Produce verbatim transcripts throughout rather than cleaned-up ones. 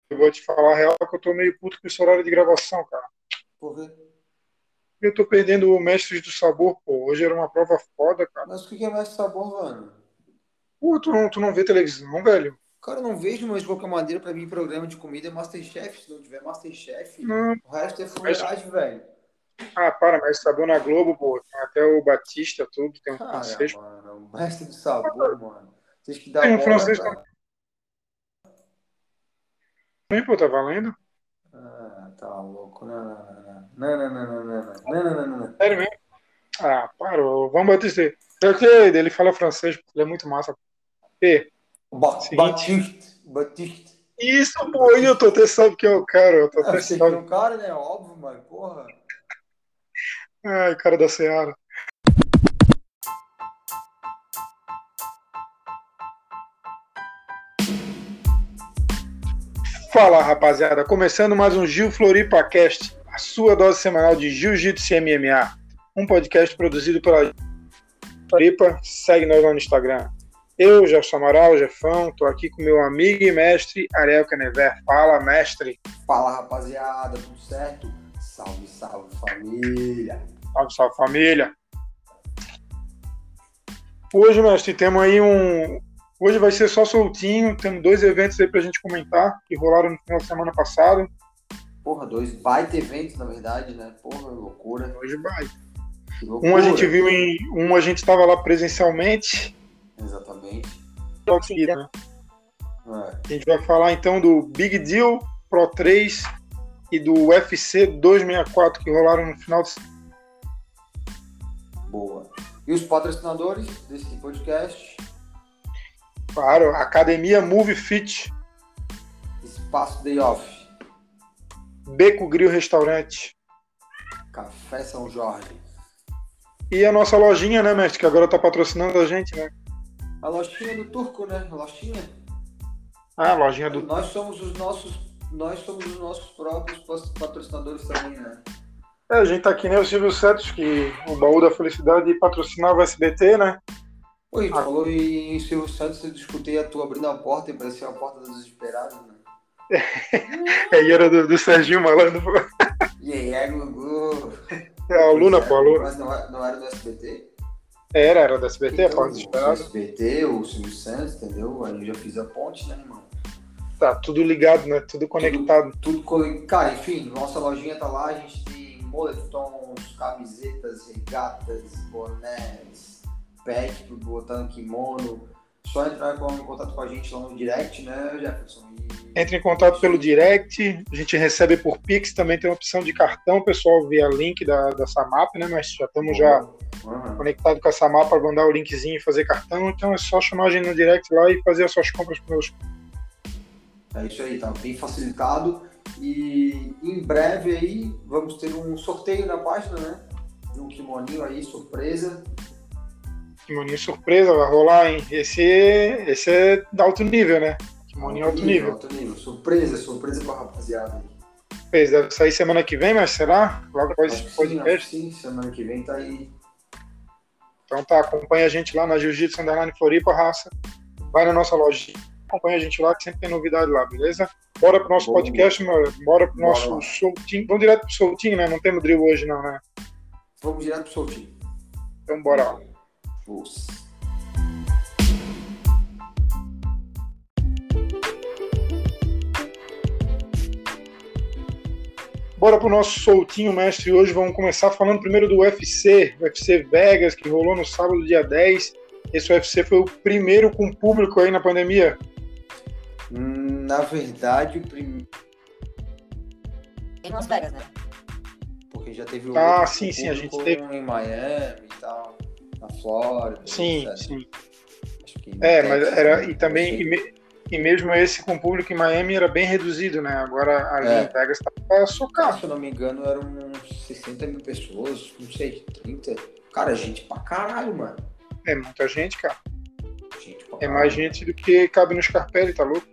Eu vou te falar a real que eu tô meio puto com esse horário de gravação, cara. Por quê? Eu tô perdendo o Mestres do Sabor, pô. Hoje era uma prova foda, cara. Mas o que é mais sabor, mano? Pô, tu não, tu não vê televisão, velho? Cara, eu não vejo, mas de qualquer maneira, pra mim, programa de comida é Masterchef. Se não tiver Masterchef, Não, o resto é mas... fuleiragem, velho. Ah, para, Mestre do Sabor na Globo, pô. Tem até o Batista, tudo. Tem um Cara, francês. mano, o mestre do sabor, mano. Vocês que dá Tem um bola francês pra. também, pô, tá valendo? Ah, tá louco. Não, não, não, não, não, não, não, não, não, não, não, não, não. Sério mesmo? Ah, parou. Vamos Batista. Eu que ele fala francês, pô. Ele é muito massa. E, Ba- seguinte. Batiste, Batiste, Isso, pô, e o Batiste. Totê sabe quem é o cara. O Ah, eu Totê sei que é sabe. um cara, né? Óbvio, mas porra. Ai, cara da Seara. Fala, rapaziada. Começando mais um Gil Floripa Cast, a sua dose semanal de Jiu-Jitsu e M M A. Um podcast produzido pela Floripa. Segue nós lá no Instagram. Eu, Gerson Amaral, Jefão, tô aqui com meu amigo e mestre Ariel Canever. Fala, mestre. Fala, rapaziada, tudo certo? Salve, salve, família. Salve, salve, família. Hoje, mestre, temos aí um... Hoje vai ser só soltinho. Temos dois eventos aí pra gente comentar, que rolaram no final de semana passado. Porra, dois baita eventos, na verdade, né? Porra, loucura. Hoje vai. Que Um a gente loucura. viu em... Um a gente estava lá presencialmente. Exatamente. Aqui, né? É. A gente vai falar então do Big Deal Pro três e do U F C duzentos e sessenta e quatro que rolaram no final de semana. Boa. E os patrocinadores desse podcast? Claro, Academia Move Fit, Espaço Day Off, Beco Grill Restaurante Café São Jorge. e a nossa lojinha, né, mestre, que agora tá patrocinando a gente, né? A lojinha do Turco, né? A lojinha. Ah, a lojinha do... Nós somos os nossos, nós somos os nossos próprios patrocinadores também, né? É, a gente tá aqui, né, o Silvio Santos, que o Baú da Felicidade patrocinava o S B T, né? Oi, tu Ah, falou em Silvio Santos, eu escutei a tua abrindo a porta e parecia a porta dos desesperados, né? aí era do, do Serginho Malandro. E aí, é, Gugu? É a aluna, pô, a aluna. Mas não, é- não era do S B T? Era, era do S B T, a Então, Porta o Desesperada. S B T, o Silvio Santos, entendeu? Aí eu já fiz a ponte, né, irmão? Tá tudo ligado, né? Tudo conectado. Tudo, tudo, cara, enfim, nossa lojinha tá lá, a gente tem moletons, camisetas, regatas, bonés, pet, botando kimono. Só entrar em contato com a gente lá no direct, né, Jefferson? E... Entre em contato pelo direct, a gente recebe por Pix, também tem uma opção de cartão, pessoal, via link da, da Samap, né? Mas já estamos já uhum. conectados com a Samap para mandar o linkzinho e fazer cartão, então é só chamar a gente no direct lá e fazer as suas compras conosco. É isso aí, tá bem facilitado. E em breve aí vamos ter um sorteio na página, né? De um kimoninho aí, surpresa. Kimoninho surpresa, vai rolar, hein? Esse, esse é de alto nível, né? Kimoninho alto, alto nível. Alto nível. Surpresa, surpresa pra rapaziada. Fez, deve sair semana que vem, mas será? Logo após esse podcast. Sim, semana que vem tá aí. Então tá, acompanha a gente lá na Jiu-Jitsu Underline Floripa, raça. Vai na nossa lojinha, acompanha a gente lá, que sempre tem novidade lá, beleza? Bora pro nosso Boa. podcast, meu, bora pro bora nosso lá. soltinho. Vamos direto pro soltinho, né? Não temos drill hoje, não, né? Vamos direto pro soltinho. Então bora lá. Nossa. Bora pro nosso soltinho, mestre. Hoje vamos começar falando primeiro do U F C, U F C Vegas, que rolou no sábado, dia dez. Esse U F C foi o primeiro com público aí na pandemia? Na verdade, o primeiro... Em Las Vegas, né? Porque já teve o ah, sim, sim, a gente teve em Miami e tal, na Flórida. Sim, etcétera. sim. Acho que é, Texas, mas era... né? E também... E, me, e mesmo esse com público em Miami era bem reduzido, né? Agora ali é. em Vegas tá pra socar. Se eu não me engano, eram uns sessenta mil pessoas, não sei, trinta. Cara, gente pra caralho, mano. É muita gente, cara. Gente pra é caralho. mais gente do que cabe no Scarpelli, tá louco?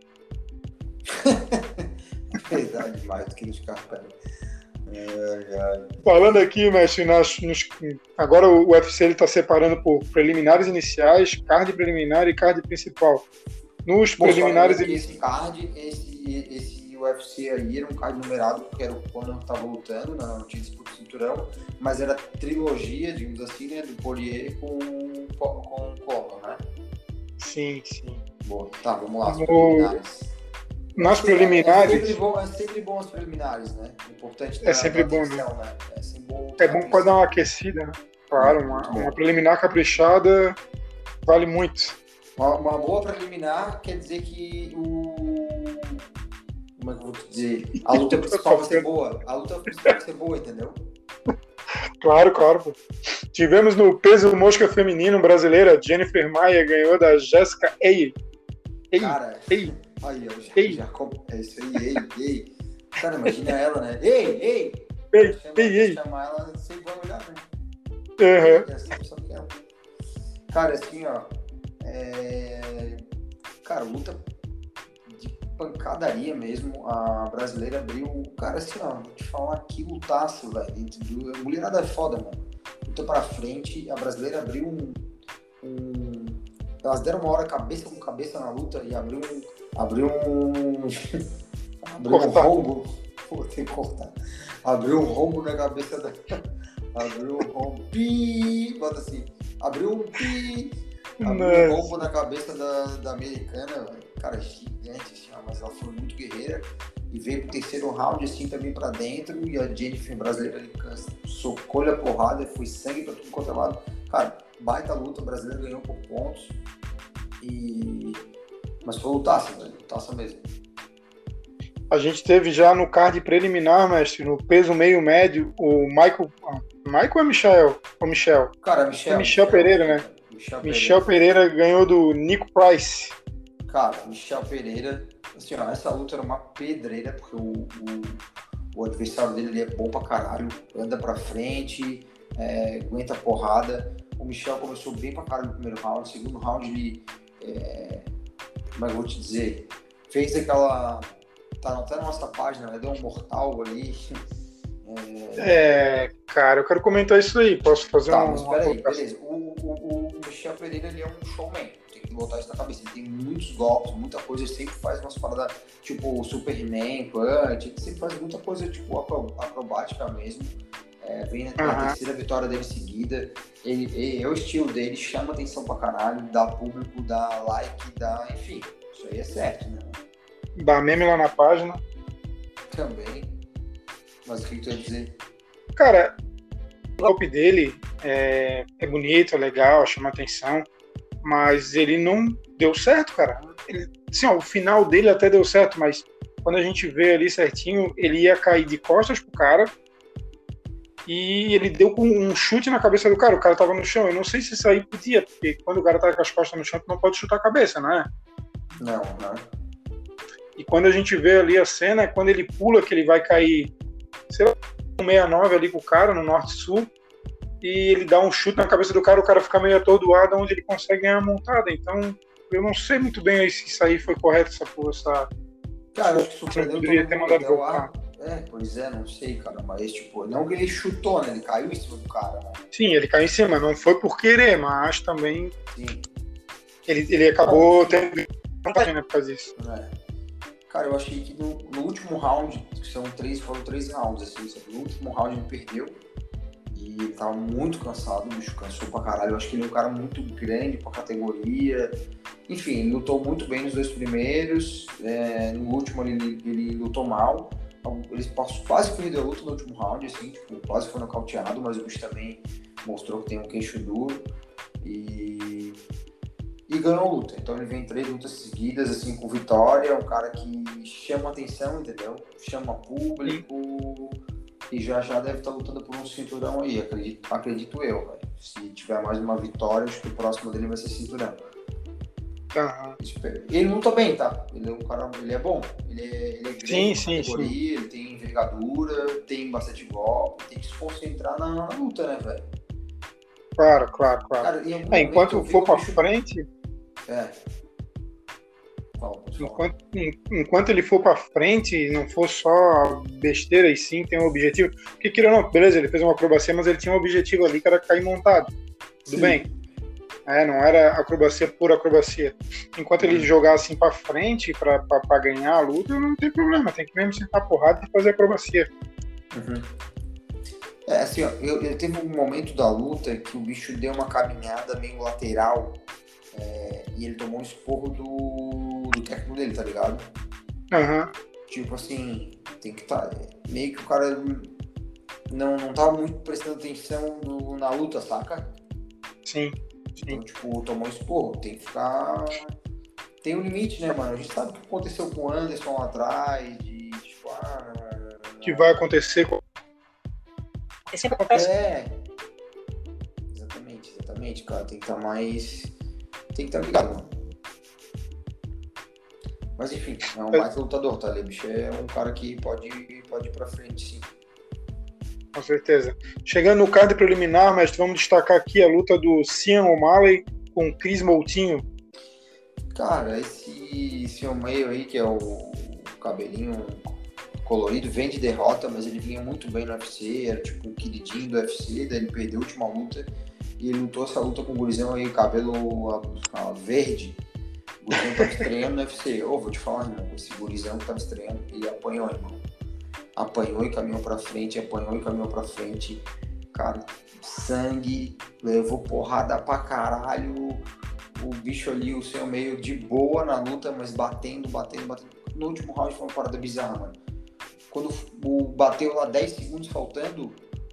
É verdade, mais do que no Scarpelli. É, é. Falando aqui, mestre, nas, nos, agora o U F C ele tá separando por preliminares iniciais, card preliminar e card principal. Nos Bom, preliminares... Esse card, esse, esse U F C aí era um card numerado, porque era o Conor que tava lutando, não tinha disputa de cinturão, mas era trilogia, digamos assim, né, do Poirier com com o Conor, né? Sim, sim. Bom, tá, vamos lá, as No... preliminares. Nas É, preliminares... é, sempre bom, é sempre bom as preliminares, né? O importante é sempre bom, atenção, né? né? É sempre bom, é bom para dar uma aquecida, né? Claro, uma, uma preliminar caprichada vale muito. Uma, uma boa preliminar quer dizer que o... Como é que eu vou te dizer? A luta principal vai ser boa. A luta principal vai ser boa, entendeu? Claro, claro. Pô. Tivemos no peso mosca feminino brasileira, Jennifer Maia ganhou da Jessica Ey. Ei, Cara, ei, aí, ó, já, ei. já, é isso aí, ei, ei. Cara, imagina ela, né? Ei, ei! Ei, chama, ei, ei. Chamar ela sem vai olhar, né? Uhum. É assim, só que ela. Cara, assim, ó. É... Cara, luta de pancadaria mesmo. A brasileira abriu. Cara, assim, ó, vou te falar que lutaço, velho. A mulherada é foda, mano. Luta pra frente. A brasileira abriu um. um... Elas deram uma hora cabeça com cabeça na luta e abriu um. Abriu um. abriu um rombo. Vou ter que cortar. Abriu um rombo na cabeça da. Abriu um rombo. Pi! Bota assim. Abriu um pi! Abriu um rombo na cabeça da, da americana, véio. Cara, gigante, assim, ó, mas ela foi muito guerreira. E veio pro terceiro round, assim, também pra dentro. E a Jennifer brasileira ali socou-lhe a porrada, foi sangue pra tudo quanto é lado. Cara, baita luta, a brasileira ganhou por pontos. E... Mas foi lutaça, velho, lutaça mesmo. A gente teve já no card preliminar, mestre, no peso meio médio, o Michael. Michael ou Michel? Ou Michel? Cara, Michel. É Michel, Michel Pereira, né? Michel, Michel Pereira. Pereira ganhou do Nico Price. Cara, Michel Pereira, assim, ó, essa luta era uma pedreira, porque o, o, o adversário dele ele é bom pra caralho, anda pra frente, é, aguenta a porrada. O Michel começou bem pra caralho no primeiro round, no segundo round ele, é, como é que eu vou te dizer, fez aquela, tá até na nossa página, né? Deu um mortal ali. É... é, cara, eu quero comentar isso aí, posso fazer tá, um... Mas peraí, beleza, o, o, o Michel Pereira ele é um showman. Botar isso na cabeça, ele tem muitos golpes, muita coisa, ele sempre faz umas paradas tipo Superman, Punch, ele sempre faz muita coisa tipo acrobática mesmo, é, vem na uhum. terceira vitória dele seguida, ele, ele, é o estilo dele, chama atenção pra caralho, dá público, dá like, dá, enfim, isso aí é certo, né? Dá meme lá na página. Também, mas o que tu ia dizer? Cara, o golpe dele é, é bonito, é legal, chama atenção, mas ele não deu certo, cara. Ele, assim, ó, o final dele até deu certo, mas quando a gente vê ali certinho, ele ia cair de costas pro cara e ele deu com um chute na cabeça do cara. O cara tava no chão. Eu não sei se isso aí podia, porque quando o cara tá com as costas no chão, tu não pode chutar a cabeça, não é? Não, não. E quando a gente vê ali a cena, é quando ele pula, que ele vai cair, sei lá, um sessenta e nove ali com o cara, no norte-sul, e ele dá um chute na cabeça do cara, o cara fica meio atordoado, onde ele consegue ganhar a montada. Então, eu não sei muito bem aí se isso aí foi correto, essa força. Cara, eu acho que surpreendeu todo poderia ter mandado voltar. É, pois é, não sei, cara, mas tipo, não que ele chutou, né? Ele caiu em cima do cara, né? Sim, ele caiu em cima, não foi por querer, mas também Sim. Ele, ele acabou Bom, tendo vontade, né, por causa disso. É. Cara, eu achei que no, no último round, que são três, foram três rounds, assim, sabe? No último round ele perdeu. E ele tava muito cansado, o bicho cansou pra caralho. Eu acho que ele é um cara muito grande pra categoria. Enfim, ele lutou muito bem nos dois primeiros. É, no último ele, ele lutou mal. Ele passou, quase perdeu a luta no último round, assim, tipo, quase foi nocauteado, mas o bicho também mostrou que tem um queixo duro. E, e ganhou a luta. Então ele vem três lutas seguidas, assim, com vitória. É um cara que chama atenção, entendeu? Chama público. E já já deve estar lutando por um cinturão aí, acredito, acredito eu, velho. Se tiver mais uma vitória, acho que o próximo dele vai ser cinturão. Uhum. Ele luta bem, tá? Ele é um cara, ele é bom. Ele é, ele é grande, sim, sim, categoria, sim. Ele tem envergadura, tem bastante golpe, tem que se concentrar na, na luta, né, velho? Claro, claro, claro. Cara, é, enquanto for pra bicho... frente... É. Enquanto, enquanto ele for pra frente e não for só besteira e sim tem um objetivo, porque querendo ou não, beleza, ele fez uma acrobacia, mas ele tinha um objetivo ali que era cair montado, tudo sim. bem, É, não era acrobacia por acrobacia. Enquanto ele jogar assim pra frente, pra, pra, pra ganhar a luta, não tem problema. Tem que mesmo sentar porrada e fazer acrobacia. Uhum. É, assim, ó, eu, eu teve um momento da luta que o bicho deu uma caminhada meio lateral é, e ele tomou um esporro do, do técnico dele, tá ligado? Aham. Tipo assim, tem que estar. Tá, meio que o cara não, não tava muito prestando atenção no, na luta, saca? Sim. Então, tipo, tomou esporro. Tem que ficar. Tem um limite, né, mano? A gente sabe o que aconteceu com o Anderson lá atrás, de tipo, ah. Que vai acontecer com. E sempre acontece. É. Exatamente, exatamente, cara. Tem que estar mais. Tem que estar ligado, mano. Mas enfim, é um baita lutador, tá? O bicho é um cara que pode, pode ir pra frente, sim. Com certeza. Chegando no card preliminar, mestre, vamos destacar aqui a luta do Sean O'Malley com Chris Moutinho. Cara, esse Sean O'Malley aí, que é o cabelinho colorido, vem de derrota, mas ele vinha muito bem no U F C, era tipo um queridinho do U F C, daí ele perdeu a última luta e ele lutou essa luta com o gurizão aí, cabelo a, a, verde. O gurizão tava estreando no U F C. Ô, oh, vou te falar, irmão, esse gurizão que tava estreando, ele apanhou, irmão. Apanhou e caminhou pra frente, apanhou e caminhou pra frente. Cara, sangue, levou porrada pra caralho. O bicho ali, o seu meio de boa na luta, mas batendo, batendo, batendo. No último round foi uma parada bizarra, mano. Quando o, bateu lá dez segundos faltando,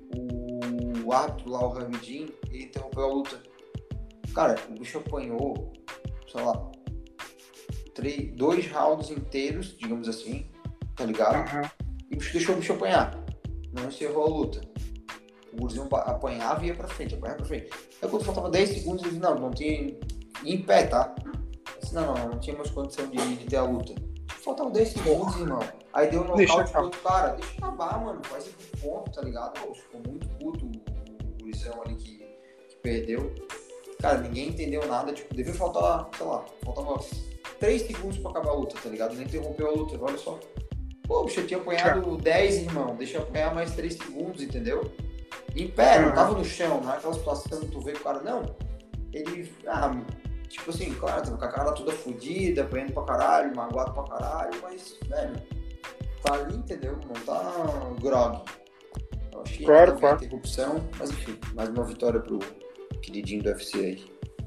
o, o árbitro lá, o Ramidin, ele interrompeu a luta. Cara, o bicho apanhou, sei lá, três, dois rounds inteiros, digamos assim, tá ligado? Uhum. E o bicho deixou o bicho apanhar. Não encerrou a luta. O gurizinho apanhava e ia pra frente, apanhava pra frente. Aí quando faltava dez segundos, ele disse, não, não tinha... em pé, tá? Eu disse, não, não, não tinha mais condição de, de ter a luta. Faltavam dez segundos, irmão. Aí deu um nocaute pro outro cara. Deixa eu acabar, mano. Faz um ponto, tá ligado? Pô, ficou muito puto o gurizão ali que, que perdeu. Cara, ninguém entendeu nada. Tipo, devia faltar, sei lá, faltava três segundos pra acabar a luta, tá ligado? Nem interrompeu a luta, olha só. Pô, bicho, eu tinha apanhado dez, irmão. Deixa eu apanhar mais três segundos, entendeu? Em pé, não tava no chão, não é aquela situação que tu vê que o cara, não. Ele, ah, tipo assim, claro, tava com a cara toda fodida, apanhando pra caralho, magoado pra caralho, mas, velho, tá ali, entendeu? Não tá grog. Eu achei claro, que claro. interrupção, mas enfim, mais uma vitória pro queridinho do U F C aí.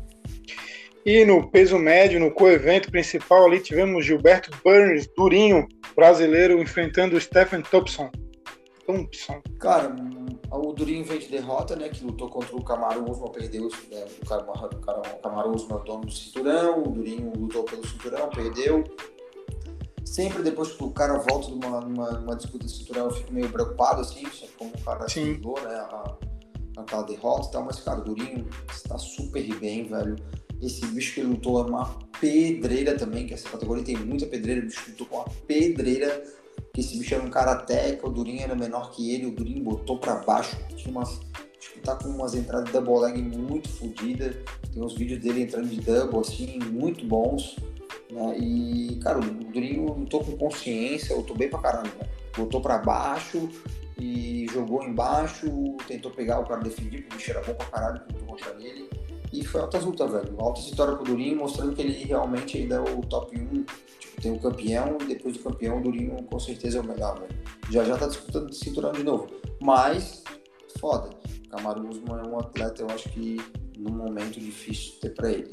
E no peso médio, no co-evento principal ali, tivemos Gilberto Burns, durinho, brasileiro, enfrentando o Stephen Thompson. Thompson. Cara, o Durinho veio de derrota, né, que lutou contra o Kamaru Usman, perdeu, né, o, Kamaru, o Kamaru Usman é o dono do cinturão, o Durinho lutou pelo cinturão, perdeu. Sempre depois que o cara volta de uma, uma, uma disputa de cinturão, eu fico meio preocupado, assim, como o cara assimilou, né, a, aquela derrota e tal, mas, cara, o Durinho está super bem, velho. Esse bicho que ele lutou é uma pedreira também, que essa categoria tem muita pedreira, o bicho lutou com uma pedreira, que esse bicho era um karateca, o Durinho era menor que ele, o Durinho botou pra baixo, tinha umas, acho que tá com umas entradas de double leg muito fodidas, tem uns vídeos dele entrando de double, assim, muito bons, né, e, cara, o Durinho lutou com consciência, lutou bem pra caralho, né, botou pra baixo e jogou embaixo, tentou pegar o cara defendido, porque o bicho era bom pra caralho, lutou contra ele, e foi altas lutas, velho, alta vitória pro Durinho, mostrando que ele realmente ainda é o top um. Tem o campeão e depois do campeão o Durinho com certeza é o melhor, velho. Já já tá disputando de cinturão de novo. Mas, foda. Kamaru Usman é um atleta, eu acho que num momento difícil de ter pra ele.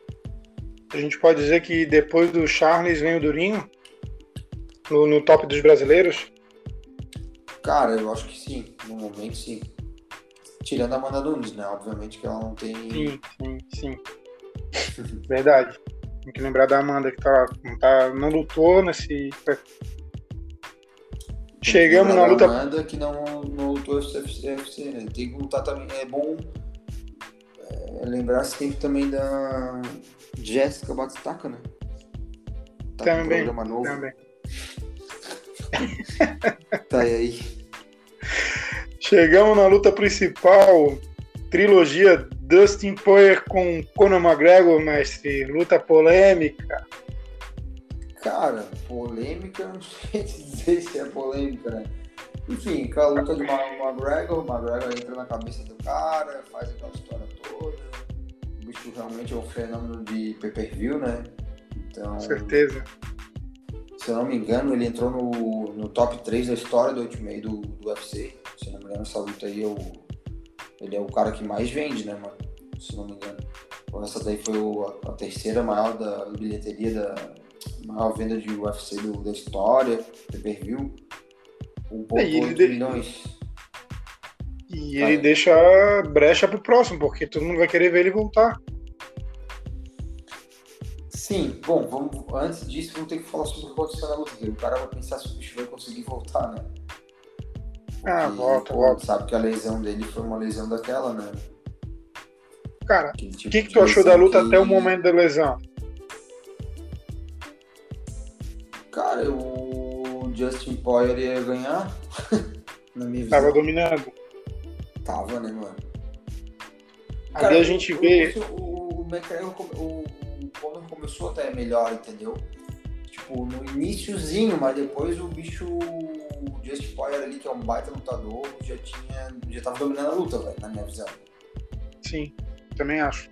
A gente pode dizer que depois do Charles vem o Durinho? No, no top dos brasileiros? Cara, eu acho que sim. No momento, sim. Tirando a Amanda Nunes, né? Obviamente que ela não tem... Sim, sim, sim. Verdade. Tem que lembrar da Amanda que tá, não, tá, não lutou nesse. Chegamos na luta. Amanda que não, não lutou no U F C, né? Tem que lutar também. É bom é, lembrar sempre também da Jéssica Batistaca, né? Tá também, com um programa novo. Também. Tá aí. Chegamos na luta principal. Trilogia Dustin Poirier com Conor McGregor, mestre. Luta polêmica. Cara, polêmica, não sei dizer se é polêmica, né? Enfim, com a luta de McGregor, o McGregor entra na cabeça do cara, faz aquela história toda. O bicho realmente é um fenômeno de pay-per-view, né? Então, Com certeza. Se eu não me engano, ele entrou no, no top três da história do Ultimate do, do U F C. Se eu não me engano, essa luta aí, é o, ele é o cara que mais vende, né, mano? Se não me engano. Essa daí foi o, a, a terceira maior da bilheteria, da maior venda de U F C do, da história, pay-per-view. um ponto oito de... milhões. E ele deixa brecha pro próximo, porque todo mundo vai querer ver ele voltar. Sim, bom, vamos, antes disso vamos ter que falar sobre o que aconteceu na luta. O cara vai pensar se o bicho vai conseguir voltar, né? Porque, ah, volta, pô, volta. Sabe que a lesão dele foi uma lesão daquela, né? Cara, o tipo que, que tu achou da luta que... até o momento da lesão? Cara, o Justin Poirier ia ganhar, na minha visão. Tava dominando. Tava, né, mano? Ali cara, a gente o, vê... O, o McGregor, o, o Conor começou até melhor, entendeu? Tipo, no iniciozinho, mas depois o bicho, o Justin Poirier ali, que é um baita lutador, já tinha, já tava dominando a luta, velho, na minha visão. Sim, também acho.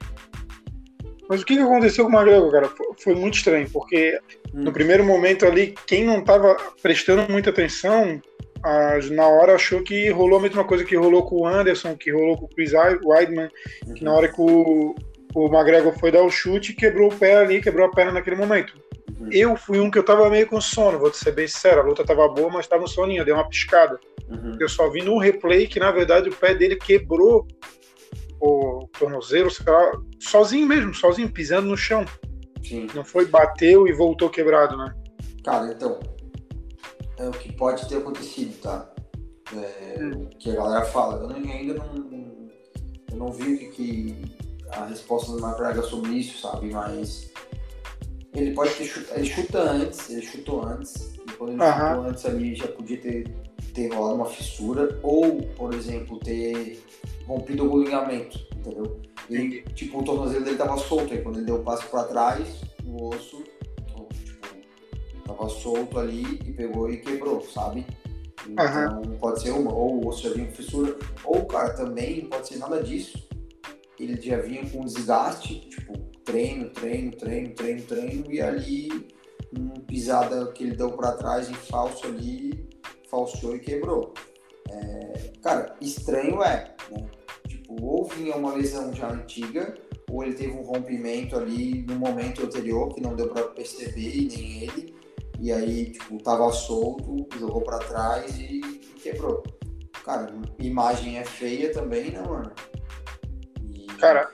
Mas o que aconteceu com o McGregor, cara? Foi, foi muito estranho, porque hum. no primeiro momento ali, quem não tava prestando muita atenção, ah, na hora achou que rolou a mesma coisa que rolou com o Anderson, que rolou com o Chris Weidman, uhum. que na hora que o, o McGregor foi dar o chute, quebrou o pé ali, quebrou a perna naquele momento. Uhum. Eu fui um que eu tava meio com sono, vou te ser bem sincero, a luta tava boa, mas tava um soninho, deu uma piscada. Uhum. Eu só vi no replay que, na verdade, o pé dele quebrou o tornozelo, sei lá, sozinho mesmo, sozinho, pisando no chão. Sim. Não foi, bateu e voltou quebrado, né? Cara, então, é o que pode ter acontecido, tá? É, hum. O que a galera fala. Eu, não, eu ainda não, eu não vi o que, que a resposta do McGregor sobre isso, sabe? Mas ele pode ter chutado, ele chuta antes, ele chutou antes, e quando ele uh-huh. chutou antes ali já podia ter, ter rolado uma fissura, ou, por exemplo, ter rompido o ligamento, entendeu? E, tipo, o tornozelo dele tava solto, aí quando ele deu o passo pra trás, o osso, tipo, tava solto ali e pegou e quebrou, sabe? Então, uhum. pode ser uma, ou o osso já vinha com fissura, ou, cara, também pode ser nada disso. Ele já vinha com desgaste, tipo, treino, treino, treino, treino, treino, e ali, uma pisada que ele deu pra trás em falso ali, falseou e quebrou. É, cara, estranho é, né? Tipo, ou vinha uma lesão já antiga, ou ele teve um rompimento ali no momento anterior que não deu pra perceber, e nem ele, e aí, tipo, tava solto, jogou pra trás e, e quebrou. Cara, imagem é feia também, né, mano? E... Cara,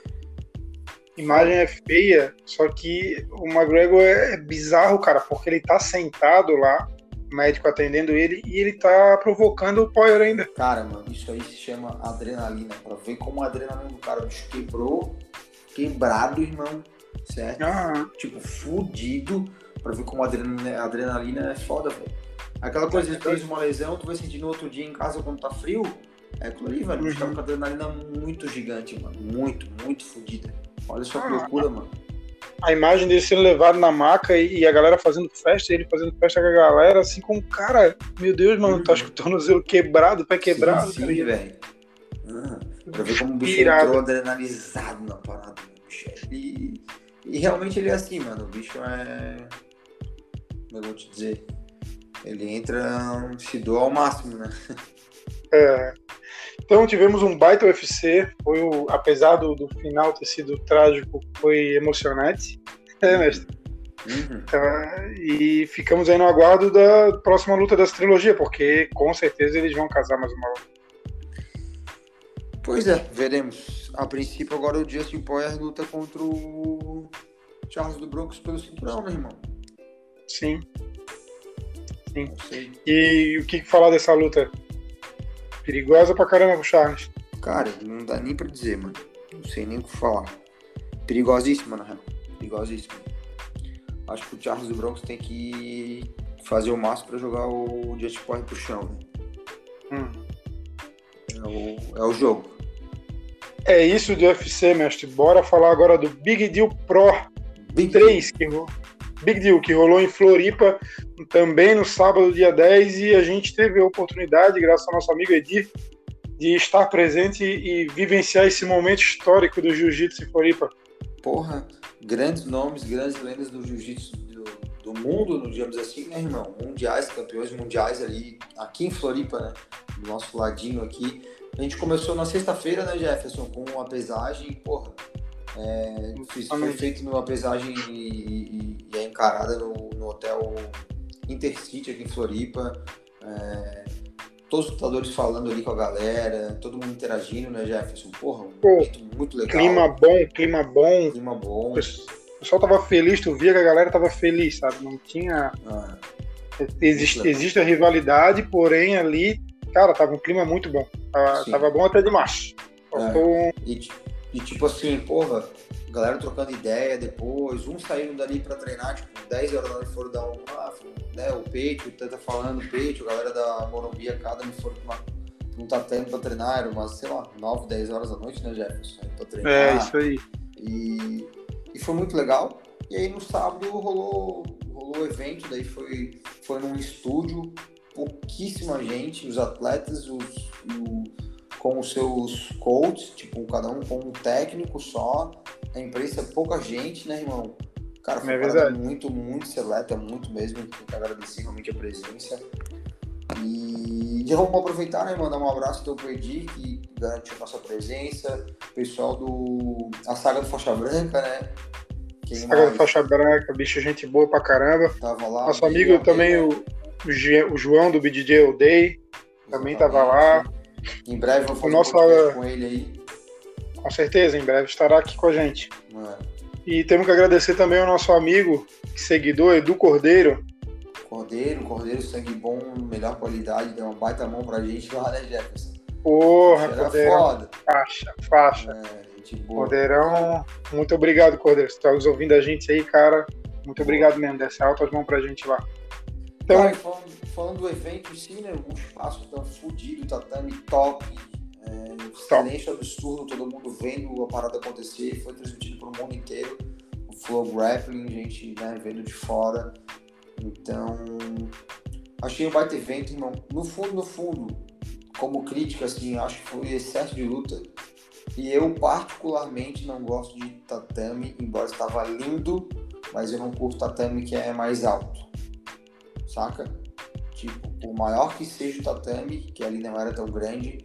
imagem é feia, só que o McGregor é bizarro, cara, porque ele tá sentado lá, o médico atendendo ele, e ele tá provocando o Poirier ainda. Cara, mano, isso aí se chama adrenalina, pra ver como a adrenalina do cara, o bicho quebrou, quebrado, irmão, certo? Uhum. Tipo, fudido, pra ver como a adrenalina, a adrenalina é foda, velho. Aquela coisa de ter uma lesão, tu vai sentir no outro dia em casa quando tá frio, é aquilo ali, velho, o bicho tá com a adrenalina muito gigante, mano, muito, muito fodida. Olha só que loucura, mano. A imagem dele sendo levado na maca e, e a galera fazendo festa, ele fazendo festa com a galera, assim como, cara, meu Deus, mano, uhum. tá com o tornozelo quebrado, pé quebrado. Sim, sim, velho. Uhum. Pra ver como o bicho Pirado. entrou adrenalizado na parada. E, e realmente ele é assim, mano, o bicho é... Como eu vou te dizer? Ele entra, se doa ao máximo, né? É... Então tivemos um baita U F C, foi o, apesar do, do final ter sido trágico, foi emocionante, é, mestre? Uhum. Então, e ficamos aí no aguardo da próxima luta dessa trilogia, porque com certeza eles vão casar mais uma luta. Pois é, veremos. A princípio agora o Justin Poirier luta contra o Charles do Bronx pelo cinturão, né, irmão? Sim. Sim. E o que falar dessa luta? Perigosa pra caramba pro Charles. Cara, não dá nem pra dizer, mano. Não sei nem o que falar. Perigosíssima, na real. Perigosíssima. Acho que o Charles do Bronx tem que fazer o máximo pra jogar o Justin Poirier pro chão, né? Hum. É, o, é o jogo. É isso do U F C, mestre. Bora falar agora do Big Deal Pro Big três, que rolou. Big Deal, que rolou em Floripa também no sábado, dia dez, e a gente teve a oportunidade, graças ao nosso amigo Edir, de estar presente e, e vivenciar esse momento histórico do Jiu-Jitsu em Floripa. Porra, grandes nomes, grandes lendas do Jiu-Jitsu do, do mundo, digamos assim, né, irmão? Mundiais, campeões mundiais ali, aqui em Floripa, né? Do nosso ladinho aqui. A gente começou na sexta-feira, né, Jefferson, com uma pesagem, porra. É, fiz, foi feito numa pesagem e, e, e é encarada no, no hotel Intercity aqui em Floripa. É, todos os lutadores falando ali com a galera, todo mundo interagindo, né, Jefferson? Porra, um Pô, momento muito legal. Clima bom, clima bom. Clima bom. O pessoal tava feliz, tu via que a galera tava feliz, sabe? Não tinha... Ah, existe, existe a rivalidade, porém ali, cara, tava um clima muito bom. Tava, tava bom até demais. Faltou é. um... e, e tipo assim, porra, galera trocando ideia depois, uns saíram dali pra treinar, tipo, dez horas da noite foram dar um, ah, né, o peito, o Tanta falando peito, a galera da Morumbi, a cada me foram pra um tatame pra treinar, era umas, sei lá, nove, dez horas da noite, né, Jefferson? Pra treinar. É, isso aí. E, e foi muito legal. E aí no sábado rolou, rolou o evento, daí foi, foi num estúdio, pouquíssima gente, os atletas, os, o, com os seus coaches, tipo, cada um com um técnico só, a imprensa, pouca gente, né, irmão? Cara, foi é uma parada muito, muito seleta, muito mesmo, tem que agradecer realmente a presença. E já vamos aproveitar, né, mandar um abraço ao teu Edi, que garantiu nossa presença, pessoal do... a saga do Faixa Branca, né? Quem saga mais? do Faixa Branca, bicho, gente boa pra caramba. Tava lá. Nosso amigo também, o, o João do B D J All Day, também tava lá. Em breve vou fazer nossa... um podcast com ele aí. Com certeza, em breve estará aqui com a gente. É. E temos que agradecer também ao nosso amigo, seguidor, Edu Cordeiro. Cordeiro, Cordeiro, sangue bom, melhor qualidade, deu uma baita mão pra gente lá, né, Jefferson? Porra, era Cordeirão. Foda. Faixa, faixa. É, gente boa. Cordeirão, muito obrigado, Cordeiro. Se tá ouvindo a gente aí, cara, muito obrigado mesmo. Desce altas mãos pra gente lá. Então, cara, falando, falando do evento em si, né, um espaço tão fudido, tatame top, é, silêncio absurdo, todo mundo vendo a parada acontecer, foi transmitido pro mundo inteiro. O Flow Grappling, gente, né, vendo de fora. Então, achei um baita evento, irmão. No fundo, no fundo, como crítica, assim, acho que foi excesso de luta. E eu, particularmente, não gosto de tatame, embora estava lindo, mas eu não curto tatame que é mais alto. Saca? Tipo, por maior que seja o tatame, que ali não era tão grande,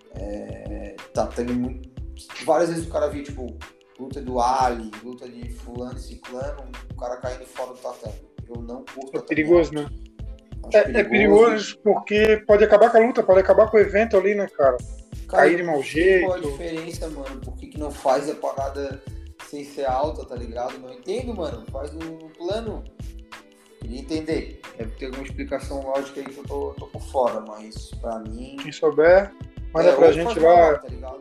é... tatame muito... Várias vezes o cara via, tipo, luta do Ali, luta de fulano e ciclano, o cara caindo fora do tatame. Eu não curto. É perigoso, né? É perigoso. é perigoso porque pode acabar com a luta, pode acabar com o evento ali, né, cara? cara Cair de mau jeito. Qual a diferença, mano? Por que, que não faz a parada sem ser alta, tá ligado? Não entendo, mano. Faz no, no plano. Queria entender. Deve ter alguma explicação lógica aí que eu tô, tô por fora, mas pra mim. Quem souber, manda é, pra gente lá. lá tá ligado?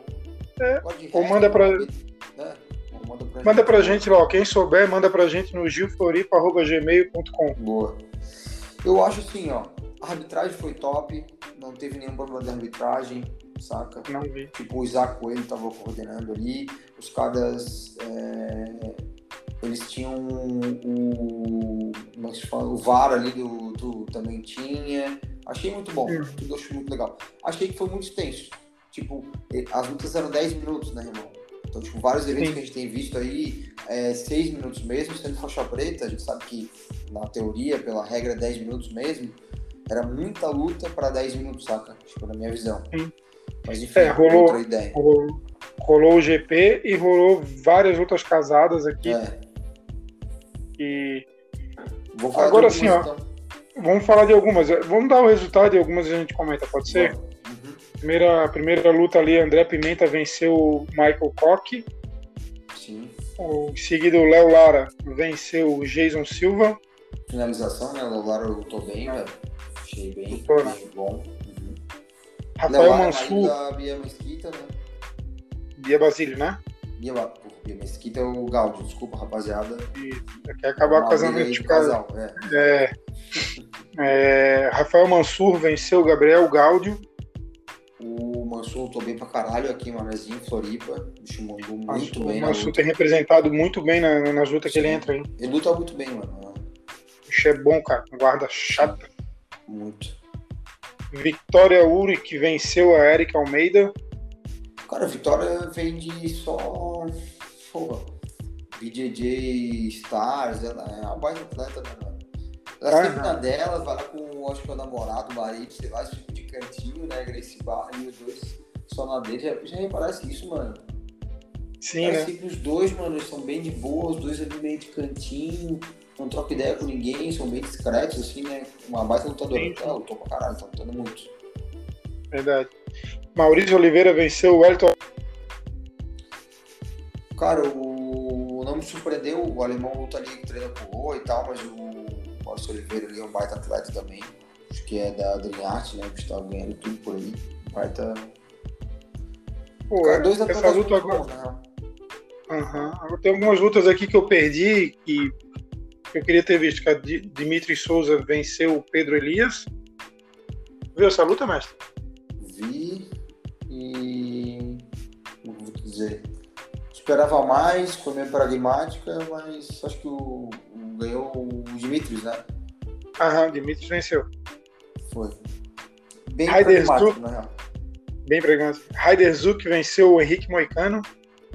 É, ou manda pra. Né? Manda pra, manda gente, pra gente lá, ó. Quem souber, manda pra gente no gilfloripa arroba gmail ponto com. Boa. Eu acho assim, ó, a arbitragem foi top, não teve nenhum problema de arbitragem, saca? Não vi. Tipo, o Isaac Coelho tava coordenando ali, os caras, é, eles tinham o, como se fala, o V A R ali do, do também tinha. Achei muito bom, hum. tudo achei muito legal. Achei que foi muito extenso. Tipo, as lutas eram dez minutos, né, irmão? Então, tipo, vários eventos Sim. que a gente tem visto aí, é seis minutos mesmo, sendo faixa preta, a gente sabe que, na teoria, pela regra, dez minutos mesmo, era muita luta para dez minutos, saca? Tipo, na minha visão. Sim. Mas, enfim, é, rolou, outra ideia. Rolou, rolou o G P e rolou várias lutas casadas aqui. É. E... Vou falar Agora de sim, ó, então. Vamos falar de algumas. Vamos dar o resultado de algumas e a gente comenta, pode ser? Uhum. Primeira, primeira luta ali, André Pimenta venceu o Michael Koch. Sim. O, em seguida, o Léo Lara venceu o Jason Silva. Finalização, né? O Léo Lara lutou bem, velho. Achei bem, lutou, bem bom. Uhum. Rafael Léo Mansur. Da Bia Mesquita, né? Bia Basílio, né? Bia, Bia Mesquita é o Gaudio, desculpa, rapaziada. E quer acabar com o casamento de casal. É. É, é, Rafael Mansur venceu o Gabriel Gaudio. O Mansur lutou bem pra caralho aqui em Manezinho, Floripa. O bicho mandou muito Mansur, bem. O Mansur tem representado muito bem na, nas lutas Sim. que ele entra, hein? Ele luta muito bem, mano. O bicho é bom, cara. Guarda chata. Muito. Victoria Uri, que venceu a Erika Almeida. Cara, a Vitória vem de só. Porra. B J J Stars, ela é uma baita atleta, né, mano? Ela Aham. sempre na dela, vai lá com, acho que é o namorado, o marido, sei lá, esse tipo de cantinho, né? Gracie Barra e os dois só na dele. Já, já reparece isso, mano? Sim, Parece né? que os dois, mano, eles são bem de boa, os dois ali meio de cantinho, não trocam ideia com ninguém, são bem discretos, assim, né? Uma baita lutadora. Sim, sim. Ela lutou pra caralho, tá lutando muito. Verdade. Maurício Oliveira venceu o Wellington. Cara, o... não me surpreendeu, o alemão luta ali que treina com o Rô e tal, mas o Maurício Oliveira ali é um baita atleta também. Acho que é da Dream Art, né? Que está ganhando tudo por aí. Baita. Pô, Cara, dois essa atletas luta muito agora. bons, né? Aham. Agora tem algumas lutas aqui que eu perdi que eu queria ter visto. Que a Di- Dimitri Souza venceu o Pedro Elias. Viu essa luta, mestre? Vi e. Como vou dizer? Esperava mais, foi meio pragmática, mas acho que o, o ganhou o Dimitris, né? Aham, Dimitri venceu. Foi. Bem Raider pragmático, Zu, na real. bem pragmático. Raider Zuk venceu o Henrique Moicano.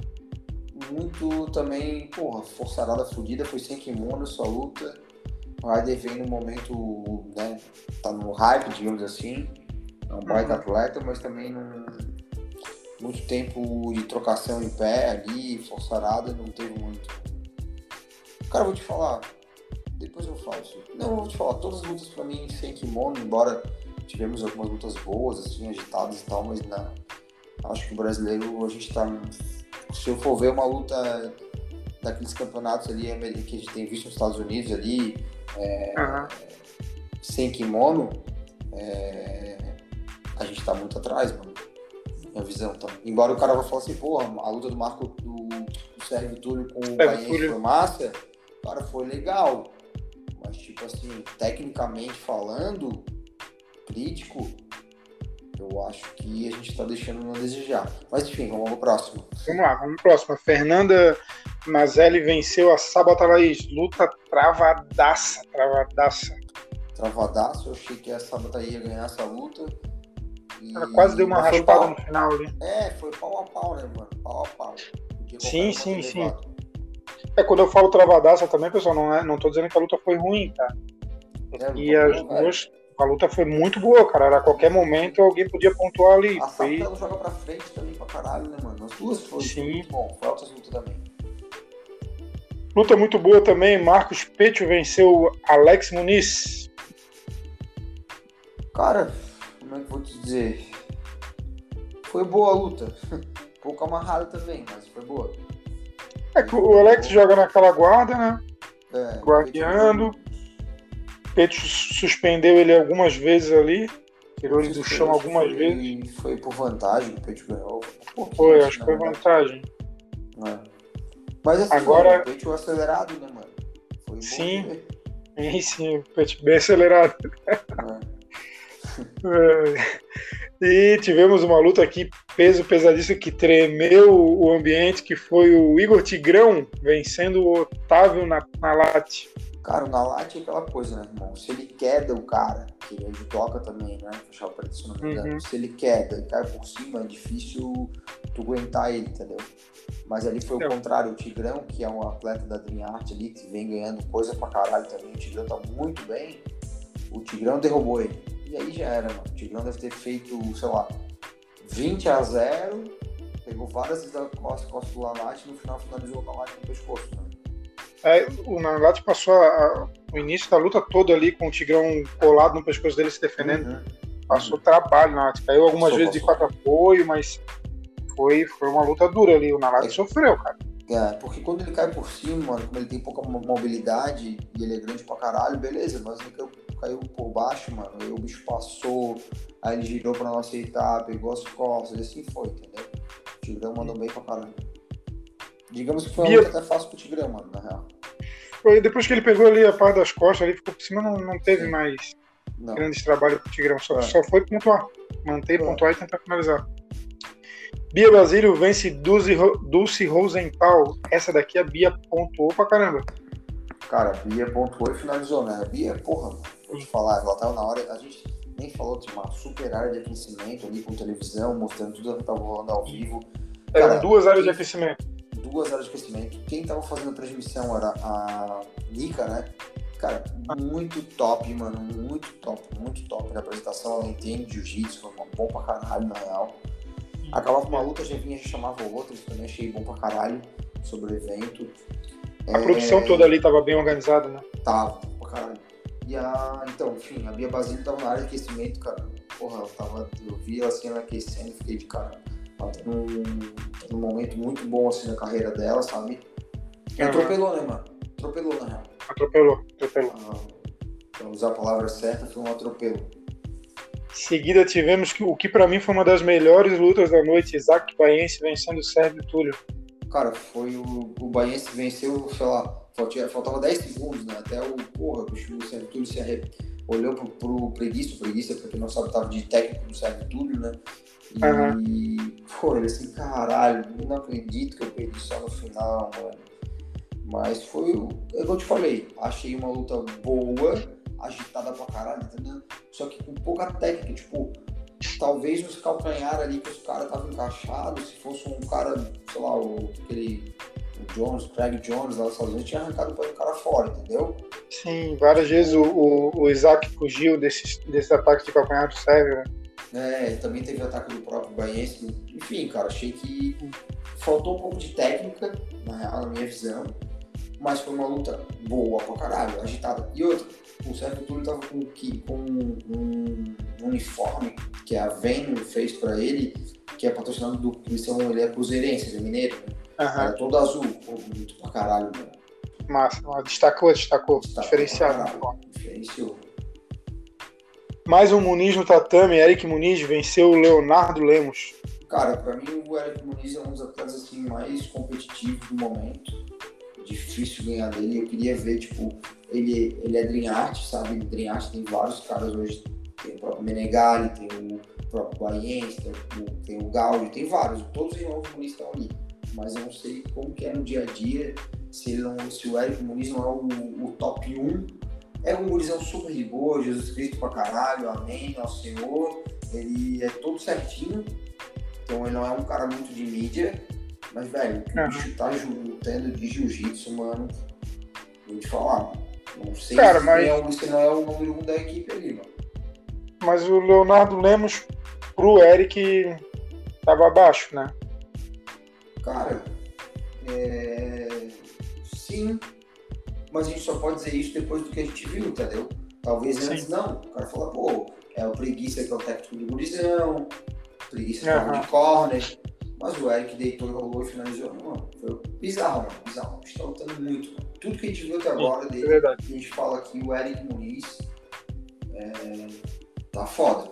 Muito também, porra, forçarada fodida, foi sem kimono, só luta. O Raider vem no momento, né? Tá no hype, digamos assim. É um baita Uhum. atleta, mas também não. Muito tempo de trocação em pé ali, forçarada, não teve muito. Cara, eu vou te falar, depois eu falo isso. Não, eu vou te falar, todas as lutas pra mim sem kimono, embora tivemos algumas lutas boas, assim, agitadas e tal, mas não. Acho que o brasileiro, a gente tá. Se eu for ver uma luta daqueles campeonatos ali que a gente tem visto nos Estados Unidos ali, é, Aham. sem kimono, é, a gente tá muito atrás, mano. Minha visão, tá? Embora o cara vá falar assim, porra, a luta do Marco do, do Sérgio Túlio com o Baense foi massa, cara, foi legal. Mas tipo assim, tecnicamente falando, crítico, eu acho que a gente tá deixando a desejar. Mas enfim, vamos ao próximo. Vamos lá, vamos pro próximo. A Fernanda Mazelli venceu a Sabata Laís. Luta travadaça, travadaça. Travadaço, eu achei que a Sabata ia ganhar essa luta. E... Ela quase deu uma Mas foi raspada pau. no final ali. É, foi pau a pau, né, mano? Pau a pau. Sim, sim, sim. É, quando eu falo travadaça também, pessoal, não, é, não tô dizendo que a luta foi ruim, tá? É, E as bom, duas, a luta foi muito boa, cara. Era a qualquer momento alguém podia pontuar ali. A Foi... Sabata ela joga pra frente também pra caralho, né, mano? As duas foi Sim. muito bom. Foi altas lutas também. Luta muito boa também. Marcos Petio venceu Alex Muniz. Cara, como é que eu vou te dizer? Foi boa a luta. Pouco amarrada também, mas foi boa. É que o Alex joga naquela guarda, né? É, Guardeando. Petio suspendeu ele algumas vezes ali. Tirou ele do chão algumas foi, vezes. Foi por vantagem que o Petio ganhou. Foi, acho que foi vantagem. É. Mas assim, agora... o Petio acelerado, né, mano? Foi bom. Sim, sim, sim, o Petio bem acelerado. É. É. E tivemos uma luta aqui, peso pesadíssimo, que tremeu o ambiente, que foi o Igor Tigrão vencendo o Otávio na, na late. Cara, o Nalate é aquela coisa, né, irmão? Se ele queda o cara, que ele toca também, né? Fechar o preto, se não me engano. Uhum. Se ele queda e cai por cima, é difícil tu aguentar ele, entendeu? Mas ali foi o é. contrário. O Tigrão, que é um atleta da Dream Art ali, que vem ganhando coisa pra caralho também. O Tigrão tá muito bem. O Tigrão derrubou ele. E aí já era, mano. O Tigrão deve ter feito, sei lá, vinte a zero. Pegou várias vezes da costa, costa do Nalate e no final finalizou o Nalate no pescoço, mano. É, o Nalate passou a, a, o início da luta todo ali com o Tigrão colado no pescoço dele se defendendo. Uhum. Passou uhum. trabalho, Nalate. Caiu algumas passou, vezes passou. de quatro apoio, mas foi, foi uma luta dura ali. O Nalate é. sofreu, cara. É, porque quando ele cai por cima, mano, como ele tem pouca mobilidade e ele é grande pra caralho, beleza, mas ele caiu, caiu por baixo, mano, aí o bicho passou, aí ele girou pra não aceitar, pegou as costas, e assim foi, entendeu? O Tigrão mandou bem pra caralho. Digamos que foi uma luta até fácil pro Tigrão, mano, na real. Foi depois que ele pegou ali a parte das costas, ali ficou por cima, não, não teve Sim. mais não. grandes trabalhos pro Tigrão, só, é. só foi pontuar, manter, é. pontuar e tentar finalizar. Bia Basílio vence Dulce, Dulce Rosenthal. Essa daqui a Bia pontuou pra caramba. Cara, a Bia pontuou e finalizou, né? A Bia, porra, vou te falar, ela tava na hora. A gente, nem falou, tinha uma super área de aquecimento ali com televisão, mostrando tudo que tava rolando ao vivo. Eram Cara, duas áreas de quem- aquecimento. duas áreas de aquecimento. Quem tava fazendo a transmissão era a Nika, né? Cara, muito top, mano, muito top, muito top na apresentação. Ela entende jiu-jitsu, foi bom pra caralho, na real. Acabava uma luta, já vinha, já chamava outra, isso também achei bom pra caralho sobre o evento. A produção toda ali estava bem organizada, né? Tava, pra caralho. E a, então, enfim, a Bia Basílio tava na área de aquecimento, cara. Porra, ela tava, eu vi ela assim, ela aquecendo e fiquei de cara. Ela tá num, tá num momento muito bom assim na carreira dela, sabe? E Uhum. atropelou, né, mano? Atropelou, na real. Atropelou, atropelou. Ah, pra usar a palavra certa, foi um atropelo. Em seguida tivemos que, o que pra mim foi uma das melhores lutas da noite, Isaac Paense vencendo o Sérgio Túlio. Cara, foi o, o Bahiense venceu, sei lá, faltia- faltava dez segundos, né? Até o, porra, o Sérgio Túlio se arre... olhou pro, pro Preguiça, o Preguiça, pra quem não sabe, tava de técnico do Sérgio Túlio, né? E, Uhum. pô, ele assim, caralho, eu não acredito que eu perdi só no final, mano. Mas foi o, é o que eu te falei, achei uma luta boa, agitada pra caralho, entendeu? Só que com pouca técnica, tipo, talvez nos calcanhar ali que os caras estavam encaixados, se fosse um cara, sei lá, o, aquele o Jones, Craig Jones lá dos Estados Unidos, tinha arrancado o cara fora, entendeu? Sim, várias vezes o, o, o Isaac fugiu desses, desses ataques de calcanhar do Sérgio, né? É, também teve o ataque do próprio Bahiense. Enfim, cara, achei que faltou um pouco de técnica, na real, na minha visão, mas foi uma luta boa pra caralho, agitada. E outra, o Sérgio Túlio tava com, com um uniforme que a Venue fez pra ele, que é patrocinado do. Eles são, ele é cruzeirense, ele é mineiro, né? Uhum. Era todo azul, pô, bonito pra caralho, mano. Massa, mas destacou, destacou, Destacou diferenciado. pra caralho, diferenciou. Mais um Muniz no tatame, Eric Muniz venceu o Leonardo Lemos. Cara, pra mim o Eric Muniz é um dos atletas assim, mais competitivos do momento. Difícil ganhar dele. Eu queria ver, tipo, ele, ele é Dream Art, sabe? Dream Art tem vários caras hoje. Tem o próprio Menegali, tem o próprio Bahiense, tem o, tem o Gaudio, tem vários. Todos os irmãos Muniz estão ali. Mas eu não sei como que é no dia a dia, se, ele não, se o Eric Muniz não é o, o top um. É um gurizão super de boa, Jesus Cristo pra caralho, amém, ao Senhor. Ele é todo certinho. Então ele não é um cara muito de mídia. Mas, velho, o Uhum. bicho tá lutando de jiu-jitsu, mano. Vou te falar, mano. Não sei Cara, se, mas- é o, se não é o número um da equipe ali, mano. Mas o Leonardo Lemos pro Eric tava abaixo, né? Cara, é... sim. Mas a gente só pode dizer isso depois do que a gente viu, entendeu? Talvez Sim. antes não. O cara fala, pô, é o Preguiça que é o técnico do gurizão, Preguiça que Uhum. é de corner. Mas o Eric deitou, rolou e finalizou. Mano, foi bizarro, mano. Bizarro. A gente tá lutando muito, mano. Tudo que a gente viu até agora É dele, verdade. a gente fala aqui, o Eric Muniz é... tá foda.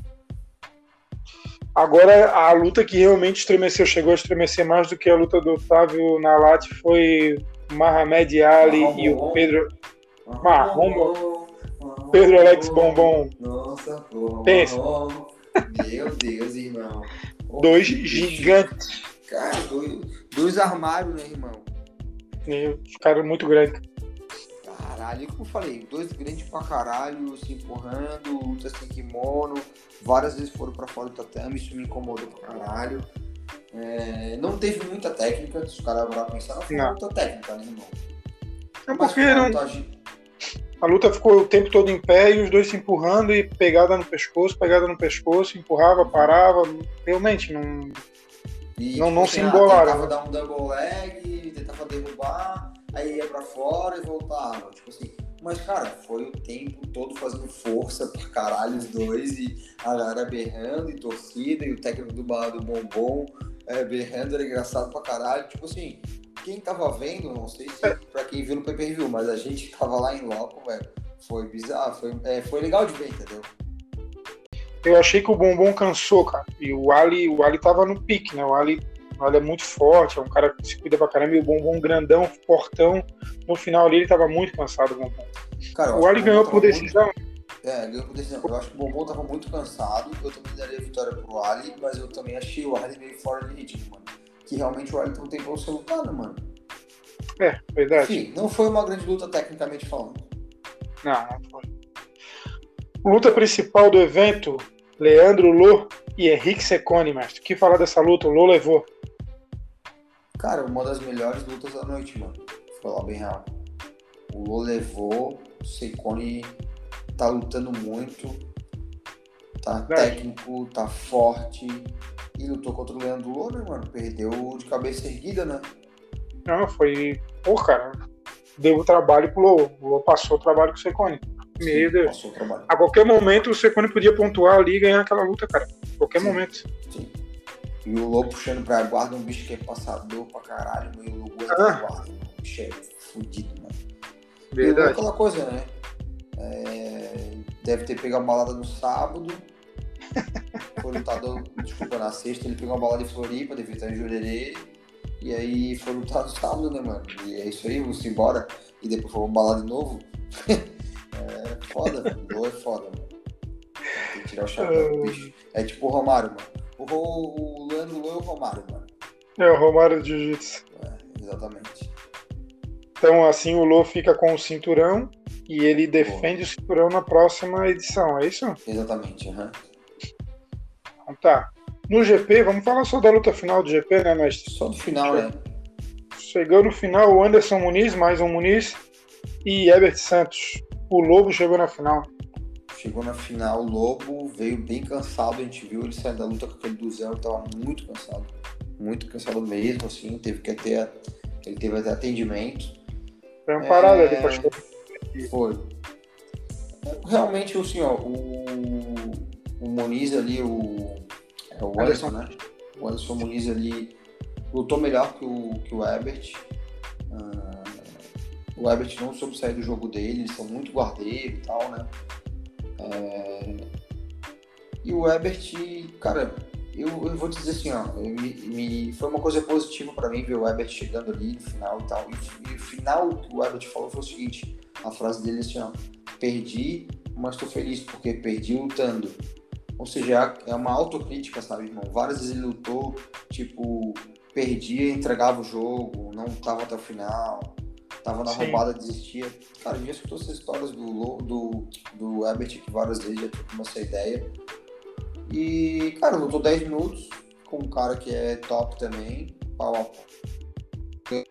Agora, a luta que realmente estremeceu, chegou a estremecer mais do que a luta do Otávio Nalat foi o Mahamed Ali Marrom e o Bombom. Pedro, Marrom, Marrom, marrom, Pedro Alex Bombom. Nossa, porra, Pensa. marrom. Meu Deus, irmão. Dois Que bicho. gigantes. Cara, dois, dois armários, né, irmão? E ficaram muito grandes. Caralho, como eu falei, dois grandes pra caralho, se empurrando, luta sem kimono, várias vezes foram pra fora do tatame, isso me incomodou pra caralho. É, não teve muita técnica, se os caras agora pensaram, não foi Não. muita técnica, né, irmão? É Mas porque foi uma não, luta agi- a luta ficou o tempo todo em pé e os dois se empurrando e pegada no pescoço, pegada no pescoço, empurrava, parava. Realmente, não. E, Não- tipo, não assim, se ah, embolaram, tentava né? dar um double leg, tentava derrubar, aí ia pra fora e voltava. Tipo assim. Mas, cara, foi o tempo todo fazendo força pra caralho os dois, e a galera berrando e torcida, e o técnico do bar do Bombom é, berrando, era engraçado pra caralho. Tipo assim, quem tava vendo, não sei se pra quem viu no pay-per-view, mas a gente que tava lá em loco, velho, foi bizarro, foi, é, foi legal de ver, entendeu? Eu achei que o Bombom cansou, cara. E o Ali, o Ali tava no pique, né? O Ali, o Ali é muito forte, é um cara que se cuida pra caramba. E o Bombom grandão, fortão. No final ali ele tava muito cansado, o Bombom. Cara, eu O acho Ali que ganhou Bombom por tava decisão. muito- É, ganhou por decisão. Eu acho que o Bombom tava muito cansado. Eu também daria a vitória pro Ali, mas eu também achei o Ali meio fora de ritmo, mano. Que realmente o Ali não tem como ser lutado, mano. É, verdade. Enfim, não foi uma grande luta tecnicamente falando. Não, não foi. Luta principal do evento, Leandro Lô e Henrique Cecconi, mestre. O que falar dessa luta? O Lô levou. Cara, uma das melhores lutas da noite, mano. Vou falar bem real. O Lô levou, o Cecconi tá lutando muito, tá É. técnico, tá forte. E lutou contra o Leandro Lô, né, mano? Perdeu de cabeça erguida, né? Não, foi... Pô, cara, deu o trabalho pro Lô. O Lô passou o trabalho com o Cecconi. Meu Deus. Passou o trabalho. A qualquer momento o Cecconi podia pontuar ali e ganhar aquela luta, cara. A qualquer Sim. momento. Sim. E o Lô puxando pra guarda, um bicho que é passador pra caralho, e o Lô aguenta Ah. a guarda, mano. O bicho é fudido, mano. E o Lô é Verdade. aquela coisa, né? É... Deve ter pegado uma balada no sábado. Foi lutado, desculpa, na sexta, ele pegou uma balada em Floripa, devia estar em Jurerê. E aí foi lutado no sábado, né, mano? E é isso aí, vamos embora. E depois foi uma balada de novo. É foda, mano. O Lô é foda, mano. Tem que tirar o chapéu do bicho. É tipo o Romário, mano. O, Ro... o Leandro Lô é o Romário, mano. É o Romário de Jiu-Jitsu. É, exatamente. Então, assim, o Lô fica com o cinturão e ele defende Boa. o cinturão na próxima edição, é isso? Exatamente, aham. Uhum. Então tá. No G P, vamos falar só da luta final do G P, né, mestre? Só do final, né? Chegou no final o Anderson Muniz, mais um Muniz, e Herbert Santos. O Lobo chegou na final. Chegou na final, o Lobo veio bem cansado, a gente viu ele sair da luta com aquele Duzão, ele tava muito cansado. Muito cansado mesmo, assim, teve que ter, ele teve até atendimento. Foi uma parada é... ali, pastor. Foi. Realmente, assim, ó, o, o Muniz ali, o, é o Anderson, né? O Anderson Muniz ali lutou melhor que o, que o Herbert. Uh, o Herbert não soube sair do jogo dele, eles são muito guardeiros e tal, né? É... E o Herbert, cara, eu, eu vou te dizer assim, ó, me, me, foi uma coisa positiva pra mim ver o Herbert chegando ali no final e tal. E, e o final que o Herbert falou foi o seguinte, a frase dele é assim, ó, perdi, mas tô feliz porque perdi lutando. Ou seja, é uma autocrítica, sabe, irmão? Várias vezes ele lutou, tipo, perdia, entregava o jogo, não tava até o final, tava na Sim. roubada, desistia. Cara, a gente já escutou essas histórias do, do, do Herbert aqui várias vezes, já trocamos essa ideia. E, cara, lutou dez minutos com um cara que é top também, pau a pau.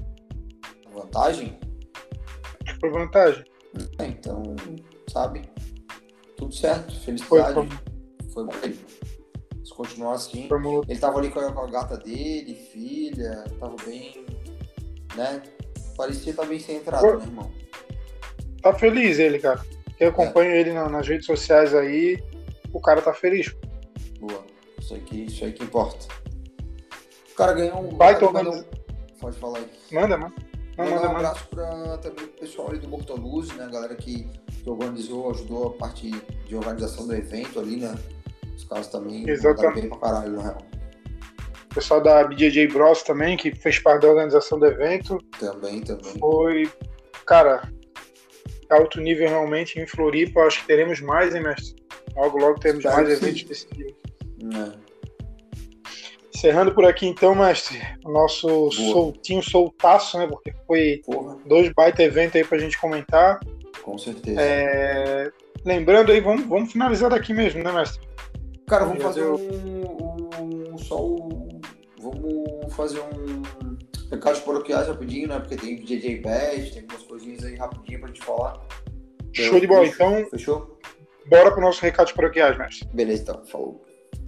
Vantagem? Foi vantagem. É, então, sabe? Tudo certo, felicidade. Foi, foi. foi bom. Se continuar assim. Foi ele tava ali com a, com a gata dele, filha, tava bem, né? Parecia estar bem centrado, foi. né, irmão? Tá feliz ele, cara. Eu acompanho é. ele nas redes sociais aí, o cara tá feliz. Boa. Isso aí que, isso aí que importa. O cara ganhou um... Vai tomando... Um... Pode falar aí. Manda, mano. Não, manda, um abraço para também o pessoal ali do Bortoluzzi, né? A galera que, que organizou, ajudou a parte de organização do evento ali, né? Os caras também mandaram bem pra caralho, na real. O pessoal da B J J Bros também, que fez parte da organização do evento. Também, também. Foi, cara, alto nível realmente em Floripa. Acho que teremos mais, hein, mestre? Logo, logo teremos Espero mais eventos desse tipo. É. Encerrando por aqui então, mestre, o nosso Boa. soltinho, soltaço, né? Porque foi Porra. dois baita eventos aí pra gente comentar. Com certeza. É... Lembrando aí, vamos, vamos finalizar daqui mesmo, né, mestre? Cara, vamos fazer um, um só um, vamos fazer um recados paroquiais rapidinho, né? Porque tem D J Bash, tem algumas coisinhas aí rapidinho pra gente falar. Show Eu, de bola, então. Fechou? Bora pro nosso recados paroquiais, mestre. Beleza, então. Falou.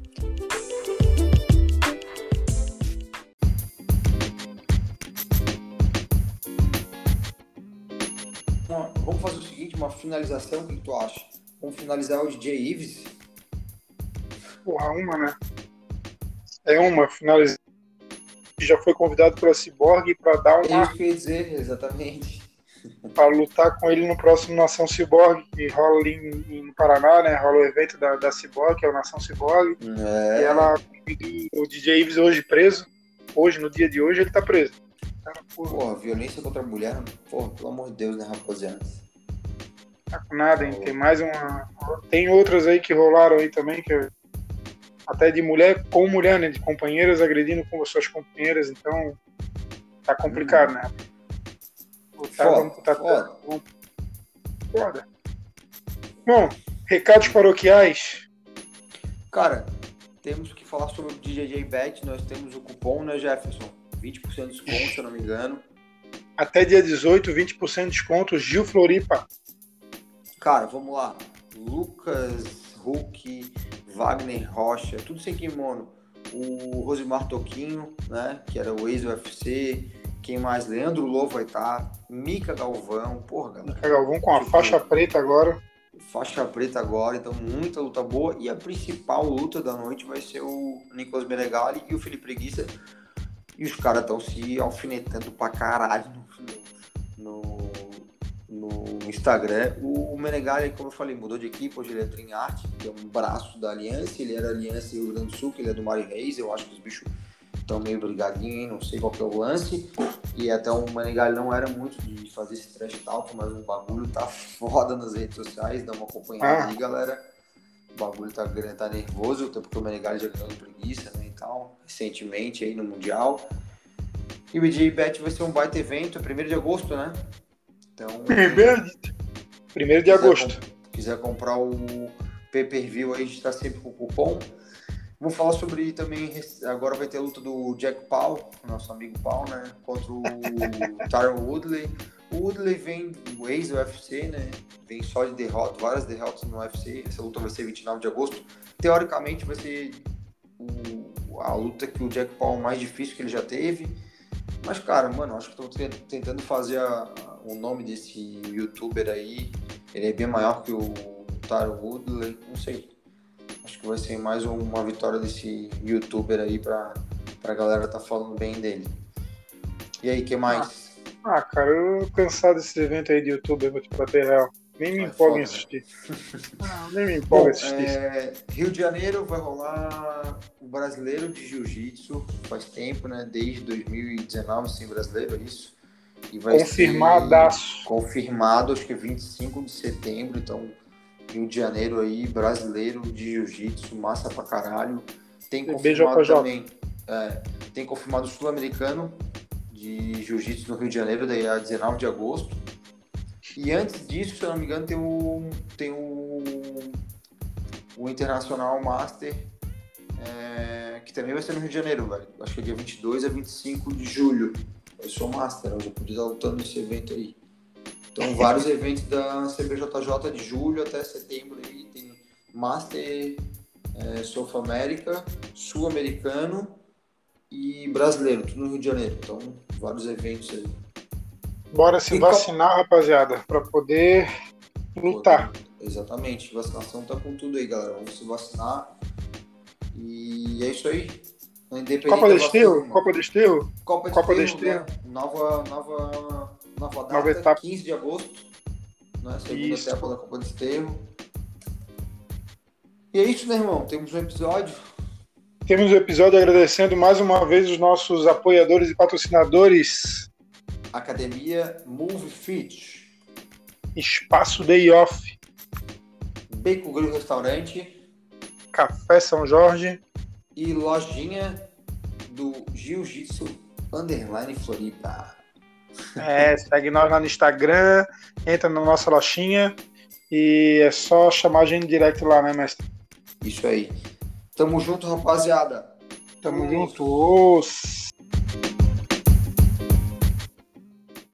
Vamos fazer o seguinte, uma finalização, o que tu acha? Vamos finalizar o D J Ives? Porra, uma, né? É uma, finalizar. Já foi convidado pela Cyborg para dar uma... É isso que eu ia dizer, exatamente. Para lutar com ele no próximo Nação Cyborg, que rola ali em, no Paraná, né? Rola o evento da, da Cyborg, que é o Nação Cyborg. É. E ela, o D J Ives hoje preso. Hoje, no dia de hoje, ele tá preso. Cara, porra. porra, violência contra a mulher, porra, pelo amor de Deus, né, rapaziada? Tá com nada, hein? Tem mais uma... Tem outras aí que rolaram aí também, que até de mulher com mulher, né? De companheiras agredindo com suas companheiras, então tá complicado, hum. né? Tá, foda, vamos, tá, foda. Foda. Bom, Recados paroquiais. Cara, temos que falar sobre o D J J Bet. Nós temos o cupom, né, Jefferson? vinte por cento de desconto, se eu não me engano. Até dia dezoito, vinte por cento de desconto. Gil Floripa. Cara, vamos lá. Lucas, Hulk, Wagner Rocha, tudo sem kimono. O Rosimar Toquinho, né, que era o ex-U F C. Quem mais? Leandro Lô vai estar. Mica Galvão. Porra, galera. Mica Galvão com a tipo, faixa preta agora. Faixa preta agora, então muita luta boa. E a principal luta da noite vai ser o Nicolas Menegali e o Felipe Preguiça. E os caras estão se alfinetando pra caralho no, no, no Instagram. O, o Menegali, como eu falei, mudou de equipe. Hoje ele é Dream Art, que é um braço da Aliança. Ele era Aliança Rio Grande do Sul, que ele é do Mari Reis. Eu acho que os bichos estão meio brigadinhos, não sei qual que é o lance. E até o Menegali não era muito de fazer esse trash talk, mas o bagulho tá foda nas redes sociais. Dá uma acompanhada ah. aí, galera. O bagulho tá, tá nervoso, até porque o Menegali já ganhou Preguiça, né, e tal, recentemente aí no Mundial. E o D J Bet vai ser um baita evento, é primeiro de agosto, né? Então, primeiro de agosto. Com, quiser comprar o pay-per-view aí, a gente tá sempre com o cupom. Vamos falar sobre também, agora vai ter a luta do Jack Paul, nosso amigo Paul, né, contra o Tyron Woodley. O Woodley vem do ex-U F C, né, vem só de derrota, várias derrotas no U F C. Essa luta vai ser vinte e nove de agosto. Teoricamente vai ser o, a luta que o Jack Paul mais difícil que ele já teve. Mas, cara, mano, acho que estou tentando fazer a, a, o nome desse youtuber aí. Ele é bem maior que o Tyron Woodley, não sei. Acho que vai ser mais uma vitória desse youtuber aí pra, pra galera tá falando bem dele. E aí, o que mais? Ah, ah, cara, eu tô cansado desse evento aí de youtuber, vou te bater real. Nem me empolgo em assistir. Ah, nem me empolgo em assistir. É, Rio de Janeiro vai rolar o Brasileiro de Jiu-Jitsu. Faz tempo, né? Desde dois mil e dezenove sem brasileiro, é isso. E vai Confirmadaço. Confirmado, acho que é vinte e cinco de setembro, então... Rio de Janeiro aí, brasileiro de jiu-jitsu, massa pra caralho. Tem confirmado também, é, tem confirmado o sul-americano de jiu-jitsu no Rio de Janeiro, daí a dezenove de agosto. E antes disso, se eu não me engano, tem o, tem o, o Internacional Master, é, que também vai ser no Rio de Janeiro, velho. Acho que é dia vinte e dois a vinte e cinco de julho. Eu sou Master, eu já podia estar lutando nesse evento aí. Então, vários eventos da C B J J de julho até setembro aí. Tem Master, é, South America, Sul-Americano e Brasileiro, tudo no Rio de Janeiro. Então, vários eventos aí. Bora se e vacinar, qual... rapaziada, para poder lutar. Exatamente, vacinação tá com tudo aí, galera. Vamos se vacinar. E é isso aí. Copa do Estilo? Copa do Estilo? Copa do Copa Estilo, né? Nova, nova... Nova data, Nova etapa. quinze de agosto, né? Segunda isso. etapa da Copa do Esterro. E é isso, meu irmão. Temos um episódio. Temos um episódio agradecendo mais uma vez os nossos apoiadores e patrocinadores. Academia Move Fit. Espaço Day Off. Beco Grill Restaurante. Café São Jorge. E lojinha do Jiu-Jitsu Underline Floripa. É, segue nós lá no Instagram, entra na nossa lojinha e é só chamar a gente direto lá, né, mestre? Isso aí. Tamo junto, rapaziada. Tamo junto.